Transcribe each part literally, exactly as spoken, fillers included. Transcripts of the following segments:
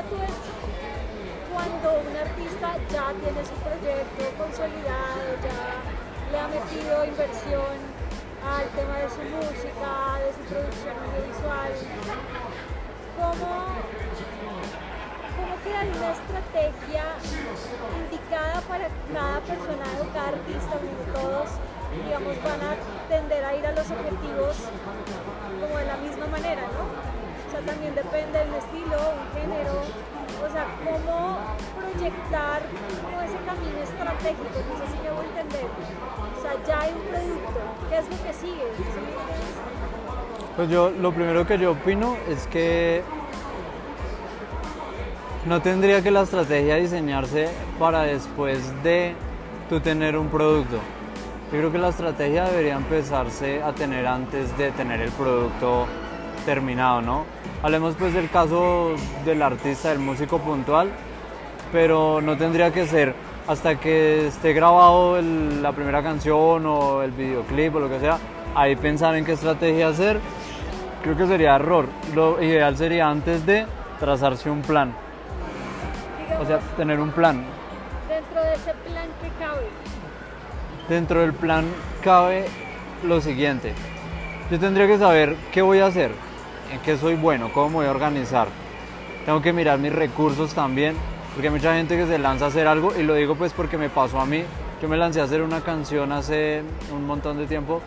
tú ves cuando un artista ya tiene su proyecto consolidado, ya le ha metido inversión al tema de su música, de su producción audiovisual? ¿Cómo, cómo crear una estrategia indicada para cada personaje o cada artista, donde todos, digamos, van a tender a ir a los objetivos como de la misma manera, ¿no? O sea, también depende de un estilo, un género, o sea, cómo proyectar como ese camino estratégico, no sé si me voy a entender. O sea, ya hay un producto, ¿qué es lo que sigue? ¿Sí me entiendes? Pues yo, lo primero que yo opino es que no tendría que la estrategia diseñarse para después de tú tener un producto. Yo creo que la estrategia debería empezarse a tener antes de tener el producto terminado, ¿no? Hablemos pues del caso del artista, del músico puntual, pero no tendría que ser hasta que esté grabado el, la primera canción o el videoclip o lo que sea, ahí pensar en qué estrategia hacer. Creo que sería error. Lo ideal sería antes de trazarse un plan. Digamos, O sea, tener un plan. dentro de ese plan que cabe. Dentro del plan cabe lo siguiente. Yo tendría que saber qué voy a hacer, en qué soy bueno, cómo me voy a organizar. Tengo que mirar mis recursos también, porque hay mucha gente que se lanza a hacer algo, y lo digo pues porque me pasó a mí. Yo me lancé a hacer una canción hace un montón de tiempo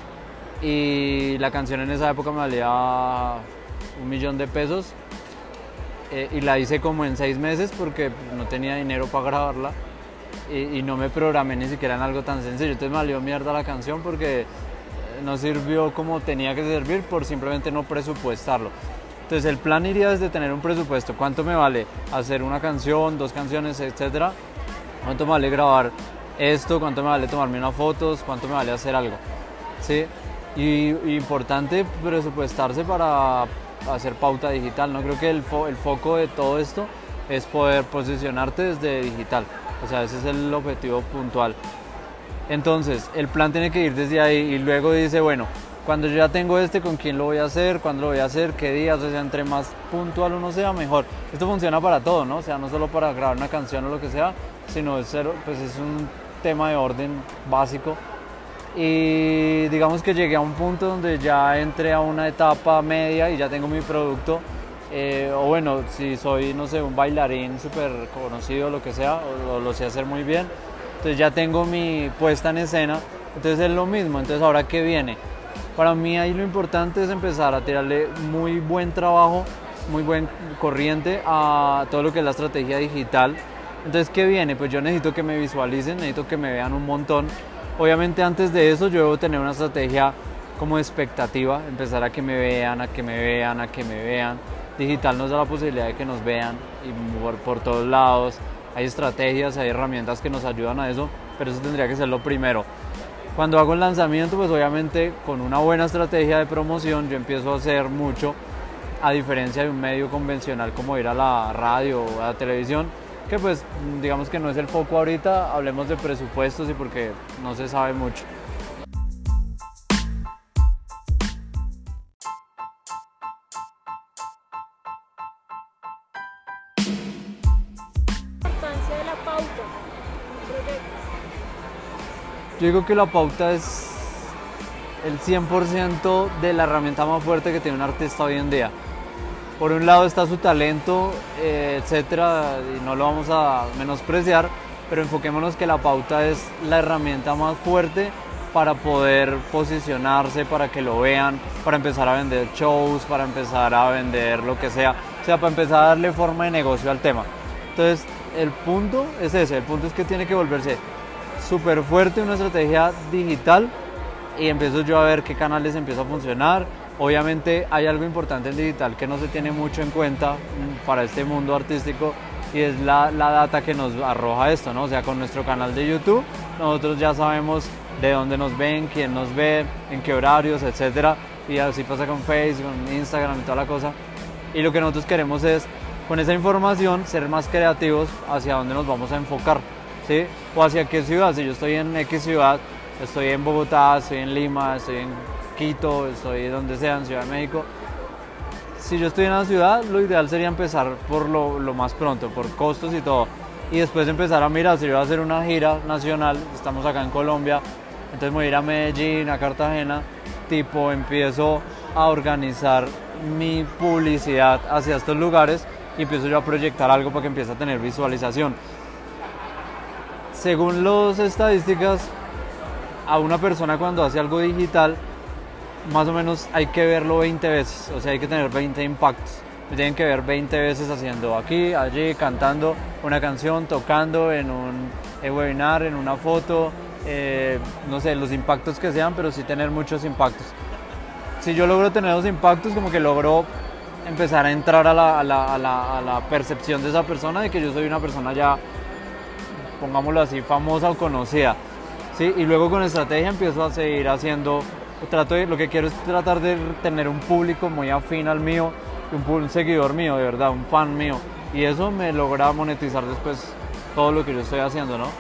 y la canción en esa época me valía un millón de pesos eh, y la hice como en seis meses porque no tenía dinero para grabarla. Y, y no me programé ni siquiera en algo tan sencillo, entonces me valió mierda la canción porque no sirvió como tenía que servir por simplemente no presupuestarlo. Entonces el plan iría desde tener un presupuesto, cuánto me vale hacer una canción, dos canciones, etcétera, cuánto me vale grabar esto, cuánto me vale tomarme unas fotos, cuánto me vale hacer algo, ¿sí? Y, y importante presupuestarse para hacer pauta digital, ¿no? Creo que el, fo el foco de todo esto es poder posicionarte desde digital. O sea, ese es el objetivo puntual. Entonces, el plan tiene que ir desde ahí y luego dice, bueno, cuando yo ya tengo este, ¿con quién lo voy a hacer? ¿Cuándo lo voy a hacer? ¿Qué días? O sea, entre más puntual uno sea, mejor. Esto funciona para todo, ¿no? O sea, no solo para grabar una canción o lo que sea, sino es, pues es un tema de orden básico. Y digamos que llegué a un punto donde ya entré a una etapa media y ya tengo mi producto. Eh, o bueno, si soy, no sé, un bailarín súper conocido, lo que sea, o, o lo sé hacer muy bien, entonces ya tengo mi puesta en escena, entonces es lo mismo. Entonces, ¿ahora qué viene? Para mí ahí lo importante es empezar a tirarle muy buen trabajo, muy buen corriente a todo lo que es la estrategia digital. Entonces, ¿qué viene? Pues yo necesito que me visualicen, necesito que me vean un montón. Obviamente antes de eso yo debo tener una estrategia como de expectativa, empezar a que me vean, a que me vean, a que me vean. Digital nos da la posibilidad de que nos vean y por, por todos lados. Hay estrategias, hay herramientas que nos ayudan a eso, pero eso tendría que ser lo primero. Cuando hago el lanzamiento, pues obviamente con una buena estrategia de promoción yo empiezo a hacer mucho, a diferencia de un medio convencional como ir a la radio o a la televisión, que pues digamos que no es el foco ahorita. Hablemos de presupuestos y porque no se sabe mucho. De la pauta en proyectos. Yo digo que la pauta es el cien por ciento de la herramienta más fuerte que tiene un artista hoy en día. Por un lado está su talento, eh, etcétera, y no lo vamos a menospreciar, pero enfoquémonos que la pauta es la herramienta más fuerte para poder posicionarse, para que lo vean, para empezar a vender shows, para empezar a vender lo que sea, o sea, para empezar a darle forma de negocio al tema. Entonces, el punto es ese, el punto es que tiene que volverse súper fuerte una estrategia digital y empiezo yo a ver qué canales empieza a funcionar. Obviamente hay algo importante en digital que no se tiene mucho en cuenta para este mundo artístico y es la, la data que nos arroja esto, ¿no? O sea, con nuestro canal de YouTube nosotros ya sabemos de dónde nos ven, quién nos ve, en qué horarios, etcétera. Y así pasa con Facebook, con Instagram y toda la cosa. Y lo que nosotros queremos es, con esa información, ser más creativos hacia dónde nos vamos a enfocar, ¿sí? O hacia qué ciudad. Si yo estoy en X ciudad, estoy en Bogotá, estoy en Lima, estoy en Quito, estoy donde sea, en Ciudad de México, si yo estoy en la ciudad, lo ideal sería empezar por lo, lo más pronto, por costos y todo. Y después empezar a mirar si yo voy a hacer una gira nacional, estamos acá en Colombia, entonces me voy a ir a Medellín, a Cartagena, tipo empiezo a organizar mi publicidad hacia estos lugares y empiezo yo a proyectar algo para que empiece a tener visualización. Según las estadísticas, a una persona cuando hace algo digital, más o menos hay que verlo veinte veces, o sea, hay que tener veinte impactos. Me tienen que ver veinte veces haciendo aquí, allí, cantando una canción, tocando en un webinar, en una foto, eh, no sé, los impactos que sean, pero sí tener muchos impactos. Si yo logro tener los impactos, como que logro empezar a entrar a la, a la, a la, a la percepción de esa persona de que yo soy una persona ya, pongámoslo así, famosa o conocida, ¿sí? Y luego con estrategia empiezo a seguir haciendo, trato de, lo que quiero es tratar de tener un público muy afín al mío, un, un seguidor mío, de verdad, un fan mío, y eso me logra monetizar después todo lo que yo estoy haciendo, ¿no?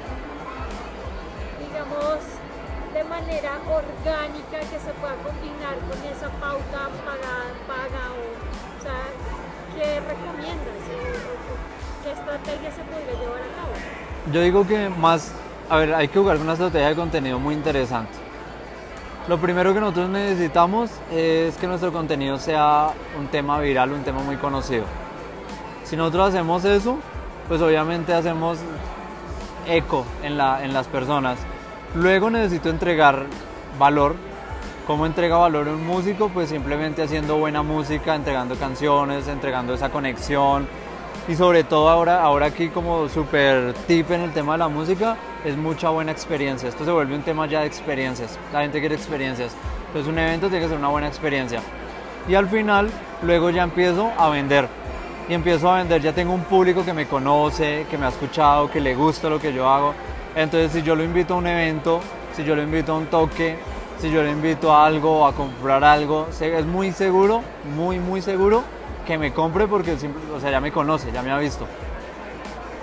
Digamos, de manera orgánica que se pueda combinar con esa pauta paga, paga o, o sea, ¿qué recomiendas? ¿Qué estrategia se podría llevar a cabo? Yo digo que más, a ver, hay que jugar con una estrategia de contenido muy interesante. Lo primero que nosotros necesitamos es que nuestro contenido sea un tema viral, un tema muy conocido. Si nosotros hacemos eso, pues obviamente hacemos eco en, la, en las personas. Luego necesito entregar valor. ¿Cómo entrega valor un músico? Pues simplemente haciendo buena música, entregando canciones, entregando esa conexión. Y sobre todo ahora, ahora aquí como súper tip en el tema de la música, es mucha buena experiencia. Esto se vuelve un tema ya de experiencias. La gente quiere experiencias. Entonces un evento tiene que ser una buena experiencia. Y al final, luego ya empiezo a vender. Y empiezo a vender, ya tengo un público que me conoce, que me ha escuchado, que le gusta lo que yo hago. Entonces si yo lo invito a un evento, si yo lo invito a un toque, si yo lo invito a algo, a comprar algo, es muy seguro, muy muy seguro que me compre porque o sea, ya me conoce, ya me ha visto.